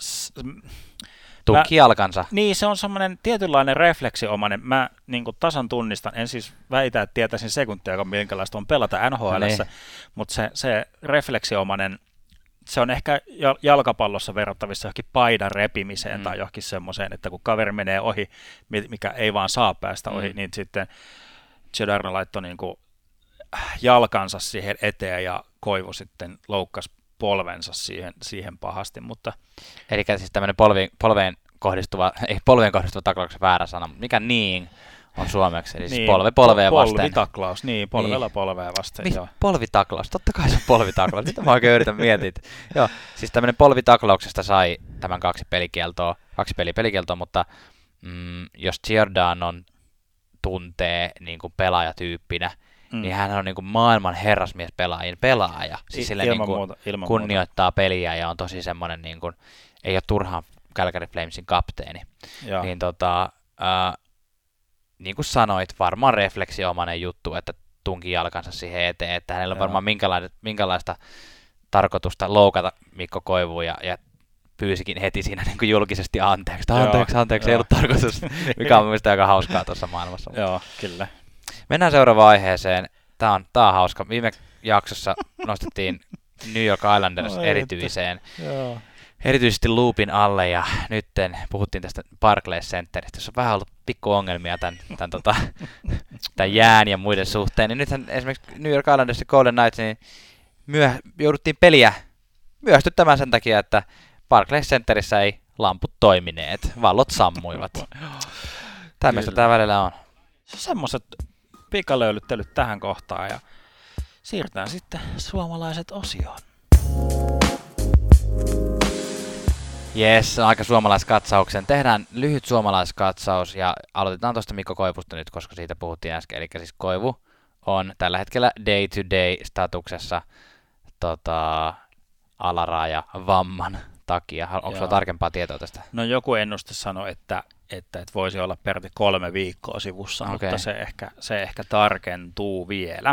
tuki jalkansa. Niin, se on semmoinen tietynlainen refleksiomainen. Mä niin kuin tasan tunnistan, en siis väitä, että tietäisin sekuntia, minkälaista on pelata N H L:ssä, niin. Mutta se, se refleksiomainen, se on ehkä jalkapallossa verrattavissa johonkin paidan repimiseen mm. tai johonkin semmoiseen, että kun kaveri menee ohi, mikä ei vaan saa päästä ohi, mm. niin sitten Giordano laittoi niin kuin jalkansa siihen eteen ja Koivu sitten loukkasi polvensa siihen, siihen pahasti, mutta... Eli siis tämmöinen polvi, polveen kohdistuva, ei polveen kohdistuva taklauksen väärä sana, mutta mikä niin on suomeksi, eli siis niin, polve polveen vasten. Polvitaklaus, niin, polvella niin. Polveen vasten. Mis, polvitaklaus, totta kai se on polvitaklaus, mitä mä oikein yritän miettiä. Joo, siis tämmöinen polvitaklauksesta sai tämän kaksi pelikieltoa, kaksi peli pelikieltoa, mutta mm, jos Giordanon tuntee niin kuin pelaajatyyppinä, Mm. niin hän on niin kuin maailman herrasmies pelaajin pelaaja. Siis sille niin kuin muuta, kunnioittaa muuta. Peliä ja on tosi semmoinen, niin kuin, ei ole turhaan Calgary Flamesin kapteeni. Joo. Niin tota, äh, niin kuin sanoit, varmaan refleksiomainen juttu, että tunki jalkansa siihen eteen, että hänellä on Joo. varmaan minkälaista, minkälaista tarkoitusta loukata Mikko Koivua ja, ja pyysikin heti siinä niin kuin julkisesti anteeksi. Anteeksi, anteeksi, Joo. ei ollut tarkoitus, mikä on mielestäni aika hauskaa tuossa maailmassa. Joo, kyllä. Mennään seuraavaan aiheeseen. Tämä on, tämä on hauska. Viime jaksossa nostettiin New York Islanders no, erityiseen, erityisesti loopin alle, ja nyt puhuttiin tästä Barclays Centeristä, jossa on vähän ollut pikku ongelmia tämän, tämän, tota, tämän jään ja muiden suhteen. Niin nythän esimerkiksi New York Islanders ja Golden Knights niin myö, jouduttiin peliä myöhästyttämään sen takia, että Barclays Centerissä ei lamput toimineet, vallot sammuivat. Tämmöistä tämä välillä on. Semmoiset pikalöylyttelyt tähän kohtaan ja siirrytään sitten suomalaiset osioon. Jes, aika suomalaiskatsauksen. Tehdään lyhyt suomalaiskatsaus ja aloitetaan tuosta Mikko Koivusta nyt, koska siitä puhuttiin äsken. Eli siis Koivu on tällä hetkellä day-to-day-statuksessa tota, alaraja vamman takia. Onko sinulla tarkempaa tietoa tästä? No joku ennuste sanoi, että Että, että voisi olla peräti kolme viikkoa sivussa, okay. mutta se ehkä, se ehkä tarkentuu vielä.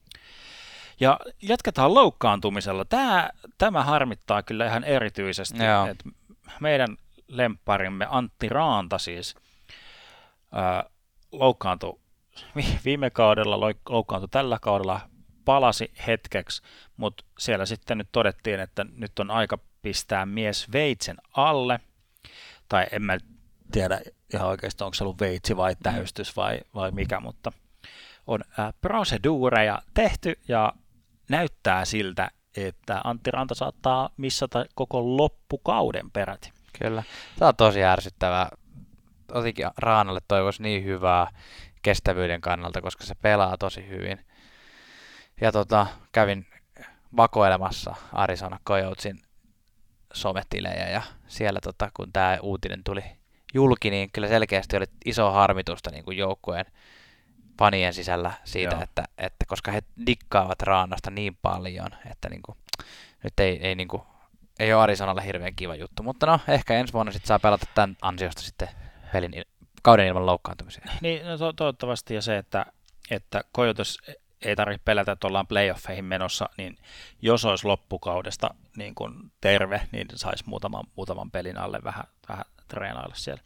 Ja jatketaan loukkaantumisella. Tämä, tämä harmittaa kyllä ihan erityisesti. Että meidän lempparimme Antti Raanta siis ää, loukkaantui viime kaudella, loukkaantui tällä kaudella, palasi hetkeksi, mutta siellä sitten nyt todettiin, että nyt on aika pistää mies veitsen alle, tai en mä tiedä ihan oikeastaan, onko se ollut veitsi vai täystys vai, vai mikä, mutta on ää, proseduureja tehty ja näyttää siltä, että Antti Ranta saattaa missata koko loppukauden peräti. Kyllä. Tämä on tosi ärsyttävää. Otinkin Raanalle toivoisi niin hyvää kestävyyden kannalta, koska se pelaa tosi hyvin. Ja tota, kävin vakoilemassa Arizona Coyotesin sometilejä ja siellä tota, kun tämä uutinen tuli julki, niin kyllä selkeästi oli iso harmitusta niin kuin joukkueen fanien sisällä siitä, että, että koska he dikkaavat Raanasta niin paljon, että niin kuin, nyt ei, ei, niin kuin, ei ole Arizonalle hirveän kiva juttu, mutta no ehkä ensi vuonna sit saa pelata tämän ansiosta sitten pelin, kauden ilman loukkaantumisia. Niin, no to- toivottavasti ja se, että, että Coyotes ei tarvitse pelätä, että ollaan playoffeihin menossa, niin jos olisi loppukaudesta niin kuin terve, niin saisi muutaman, muutaman pelin alle vähän, vähän treenailla siellä.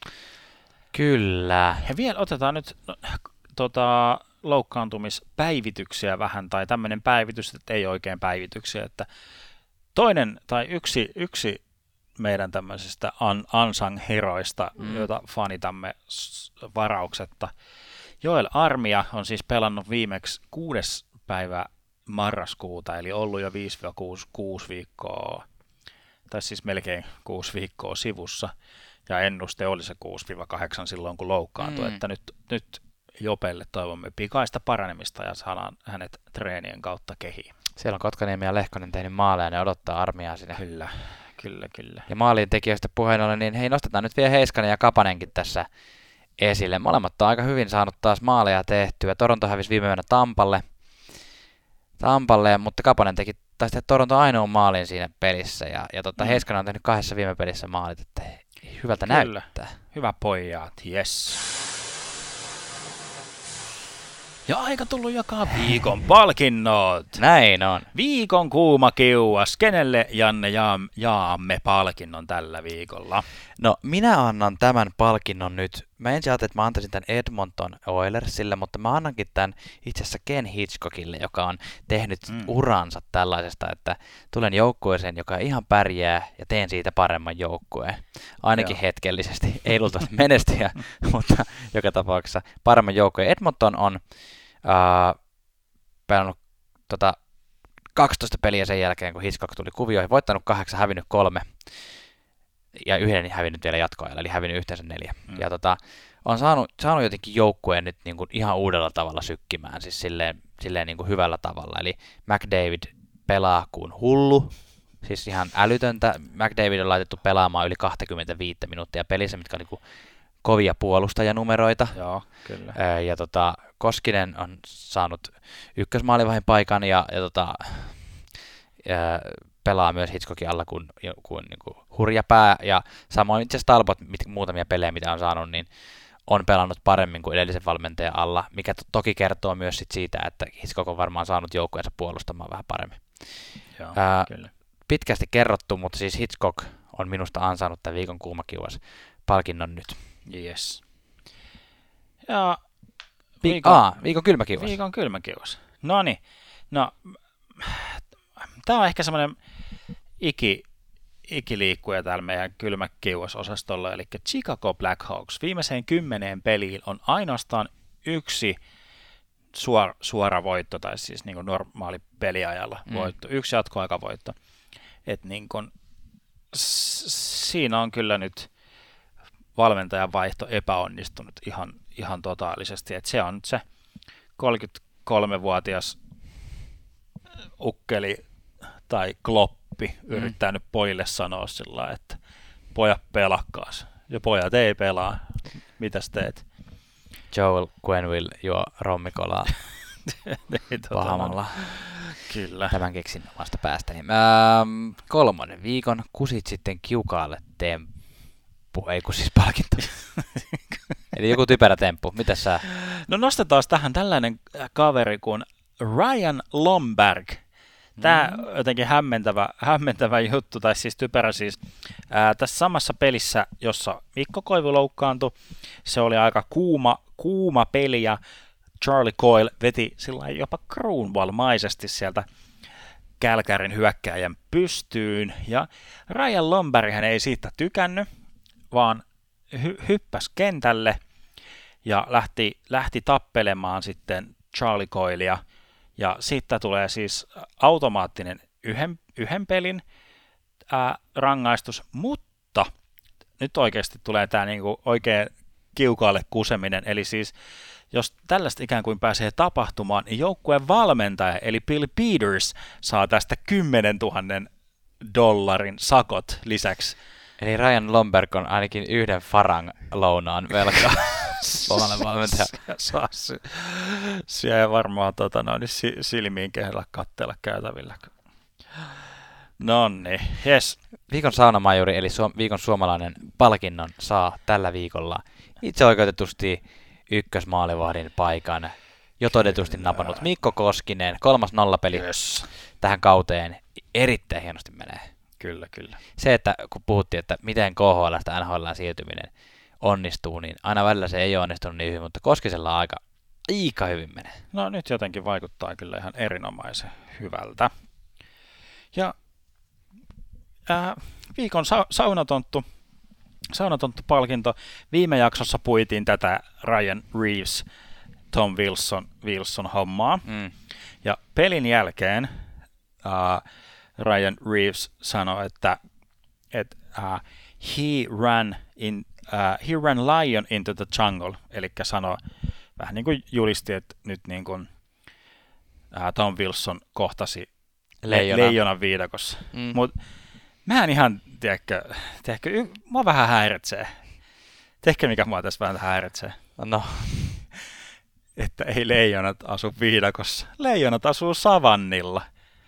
Kyllä. Ja vielä otetaan nyt no, tota, loukkaantumispäivityksiä vähän, tai tämmöinen päivitys, että ei oikein päivityksiä, että toinen tai yksi, yksi meidän tämmöisistä un, unsung heroista, mm. joita fanitamme varauksetta, Joel Armia on siis pelannut viimeksi kuudes päivä marraskuuta, eli ollut jo viisi kuusi viikkoa, tai siis melkein kuusi viikkoa sivussa, ja ennuste oli se kuusi kahdeksan silloin, kun loukkaantui, mm. että nyt, nyt Jopelle toivomme pikaista paranemista ja saadaan hänet treenien kautta kehiin. Siellä on Kotkaniemi ja Lehkonen tehnyt maaleja ja ne odottaa Armiaa sinne. Kyllä, kyllä, kyllä. Ja maalin tekijöistä puheen ollen, niin hei, nostetaan nyt vielä Heiskanen ja Kapanenkin tässä esille. Molemmat on aika hyvin saanut taas maaleja tehtyä. Toronto hävisi viime yönä Tampalle, Tampalle, mutta Kapanen teki taas Toronto ainoan maalin siinä pelissä. Ja, ja tota, mm. Heiskanen on tehnyt kahdessa viime pelissä maalit, että hyvältä kyllä. Näyttää. Hyvä pojat, yes. Ja aika tullut jakaa viikon palkinnot. Näin on. Viikon kuuma kiuas. Kenelle, Janne, jaa- jaamme palkinnon tällä viikolla? No, minä annan tämän palkinnon nyt. Mä ensin ajattelin, että mä antaisin tämän Edmonton Oilersille, mutta mä annankin tämän itse asiassa Ken Hitchcockille, joka on tehnyt mm. uransa tällaisesta, että tulen joukkueeseen, joka ihan pärjää ja teen siitä paremman joukkueen. Ainakin Joo. hetkellisesti. Ei luultavasti menestyjä, mutta joka tapauksessa paremman joukkueen. Edmonton on uh, pelannut tota, kaksitoista peliä sen jälkeen, kun Hitchcock tuli kuvioihin, voittanut kahdeksan, hävinnyt kolme. Ja yhden hävinnyt vielä jatkoajalla, eli hävinnyt yhteensä neljä. Mm. Ja tota, on saanut, saanut jotenkin joukkueen nyt niin kuin ihan uudella tavalla sykkimään, siis silleen, silleen niin kuin hyvällä tavalla. Eli McDavid pelaa kuin hullu, siis ihan älytöntä. McDavid on laitettu pelaamaan yli kaksikymmentäviisi minuuttia pelissä, mitkä on niin kuin kovia puolustajanumeroita. Joo, kyllä. Ja tota, Koskinen on saanut ykkösmaalivahin paikan ja, ja tota, ja pelaa myös Hitchcockin alla kuin, kuin, niin kuin hurja pää, ja samoin itse asiassa Talbot, mit, muutamia pelejä, mitä on saanut, niin on pelannut paremmin kuin edellisen valmentajan alla, mikä to- toki kertoo myös sit siitä, että Hitchcock on varmaan saanut joukkueensa puolustamaan vähän paremmin. Joo, Ää, kyllä. Pitkästi kerrottu, mutta siis Hitchcock on minusta ansainnut tämän viikon kuumakiuas palkinnon nyt. Yes. Ja viikon, Aa, viikon kylmäkiuas. Viikon kylmäkiuas. Noniin. No, tämä on ehkä semmoinen iki, ikiliikkuja täällä meidän kylmäkiuas-osastolla, eli Chicago Blackhawks. Viimeiseen kymmeneen peliin on ainoastaan yksi suora, suora voitto, tai siis niin kuin normaali peliajalla mm. voitto, yksi jatkoaikavoitto. Et niin kuin, s- siinä on kyllä nyt valmentajan vaihto epäonnistunut ihan, ihan totaalisesti. Et se on se kolmekymmentäkolmevuotias ukkeli tai kloppi mm. yrittänyt pojille sanoa sillä, että pojat pelakkaas. Ja pojat ei pelaa. Mitäs teet? Joel Quenneville juo rommikolaa pahamalla. Kyllä. Tämän keksin omasta päästäni. Ähm, kolmonen viikon kusit sitten kiukaalle temppu. Ei kun siis palkinto. Eli joku typerä temppu. Mitäs sä? No nostetaan tähän tällainen kaveri kuin Ryan Lomberg. Tämä mm. on jotenkin hämmentävä, hämmentävä juttu, tai siis typerä siis. Ää, tässä samassa pelissä, jossa Mikko Koivu loukkaantui, se oli aika kuuma, kuuma peli, ja Charlie Coyle veti sillä jopa Kruunwall-maisesti sieltä Kälkärin hyökkääjän pystyyn, ja Ryan Lomberg hän ei siitä tykännyt, vaan hy- hyppäsi kentälle ja lähti, lähti tappelemaan sitten Charlie Coylea. Ja siitä tulee siis automaattinen yhden, yhden pelin ää, rangaistus, mutta nyt oikeasti tulee tämä niinku oikein kiukaalle kuseminen. Eli siis jos tällaista ikään kuin pääsee tapahtumaan, niin joukkueen valmentaja eli Bill Peters saa tästä kymmenen tuhannen dollarin sakot lisäksi. Eli Ryan Lomberg on ainakin yhden farang lounaan velkaa. Omalle valmentaja. Saa siellä varmaan tota, no, niin silmiin kehdellä katteella käytävillä. Nonni, jes. Viikon saunamajuri, eli su- viikon suomalainen palkinnon saa tällä viikolla itse oikeutetusti ykkösmaalivahdin paikan. Jo todetusti napannut Mikko Koskinen, kolmas nollapeli yes. tähän kauteen. Erittäin hienosti menee. Kyllä, kyllä. Se, että kun puhuttiin, että miten K H L:stä N H L:ään siirtyminen onnistuu, niin aina välillä se ei ole onnistunut niin hyvin, mutta Koskisella aika, aika hyvin menee. No nyt jotenkin vaikuttaa kyllä ihan erinomaisen hyvältä. Ja ää, viikon sa- saunatonttu, saunatonttu-palkinto. Viime jaksossa puitiin tätä Ryan Reeves, Tom Wilson, Wilson hommaa. Mm. Ja pelin jälkeen ää, Ryan Reeves sanoi, että et, uh, he ran in uh, he ran lion into the jungle, eli sanoi vähän niin kuin julisti, että nyt niin kuin uh, Tom Wilson kohtasi Leijona. leijonan viidakossa. Mm. Mut mä en ihan, tiedäkö, tiedätkö y- mua vähän häiritsee. Tiedätkö, mikä mua tässä vähän häiritsee? No. Että ei leijonat asu viidakossa. Leijonat asuu savannilla.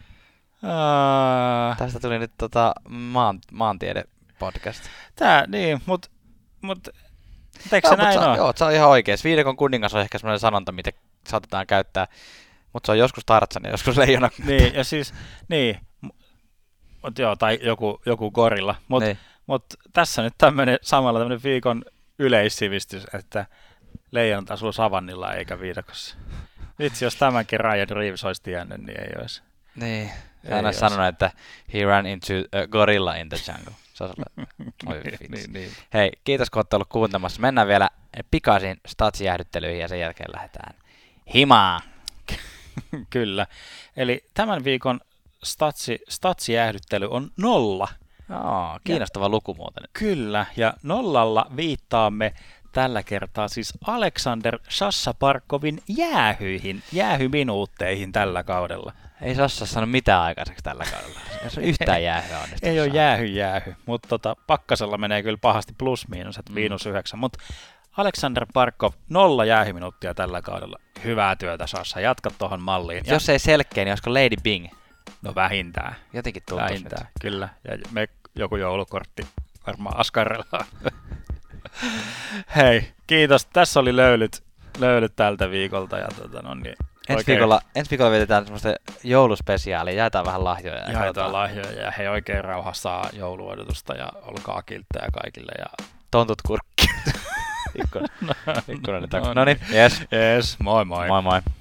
Uh, Tästä tuli nyt tota maan, maantiede-podcast. Tää, niin, mut, mut teekö se näin on? on? Joo, se on ihan oikein. Viidakon kuningas on ehkä semmoinen sanonta, mitä saatetaan käyttää, mutta se on joskus Tarzan ja joskus leijona. Niin, ja siis, niin, mut joo, tai joku, joku gorilla, mutta niin. mut tässä nyt tämmöinen samalla tämmöinen viikon yleissivistys, että leijonat asuu savannilla eikä viidakossa. Vitsi, jos tämänkin Ryan Reeves olisi tiennyt, niin ei olisi. Niin, hän olisi sanonut, että he ran into a gorilla in the jungle. Se on Oi, niin, niin. Hei, kiitos kun olette ollut kuuntelemassa. Mennään vielä pikaisiin statsijäähdyttelyihin ja sen jälkeen lähdetään himaan. Kyllä. Eli tämän viikon statsi, statsijäähdyttely on nolla. Oh, kiinnostava ja, luku muuten. Kyllä, ja nollalla viittaamme tällä kertaa siis Aleksander Šašaparkovin jäähyihin, jäähyminuutteihin tällä kaudella. Ei Sassa saanut mitään aikaiseksi tällä kaudella. Jos on yhtään jäähyä onnistunut. Ei ole jäähy jäähy, mutta tota, pakkasella menee kyllä pahasti plus miinus, että miinus mm. yhdeksän. Mutta Aleksander Parkov, nolla jäähyminuuttia tällä kaudella. Hyvää työtä Sassa, jatka tuohon malliin. Ja jos ei selkeä, niin olisiko Lady Bing? No vähintään. Jotenkin tuntuu vähintään, nyt. Kyllä. Ja me joku joulukortti varmaan askarrellaan. Hei, kiitos. Tässä oli löylyt, löylyt tältä viikolta. Ja tota, no niin. Ensi viikolla, ensi viikolla vietetään semmoista jouluspesiaalia, jaetaan vähän lahjoja. Ja jaetaan lahjoja ja hei oikein rauhassa jouluodotusta ja olkaa kilttejä kaikille. Ja tontut kurkki. Ikkuna. Ikkuna. No niin, yes. Yes, moi moi. Moi moi.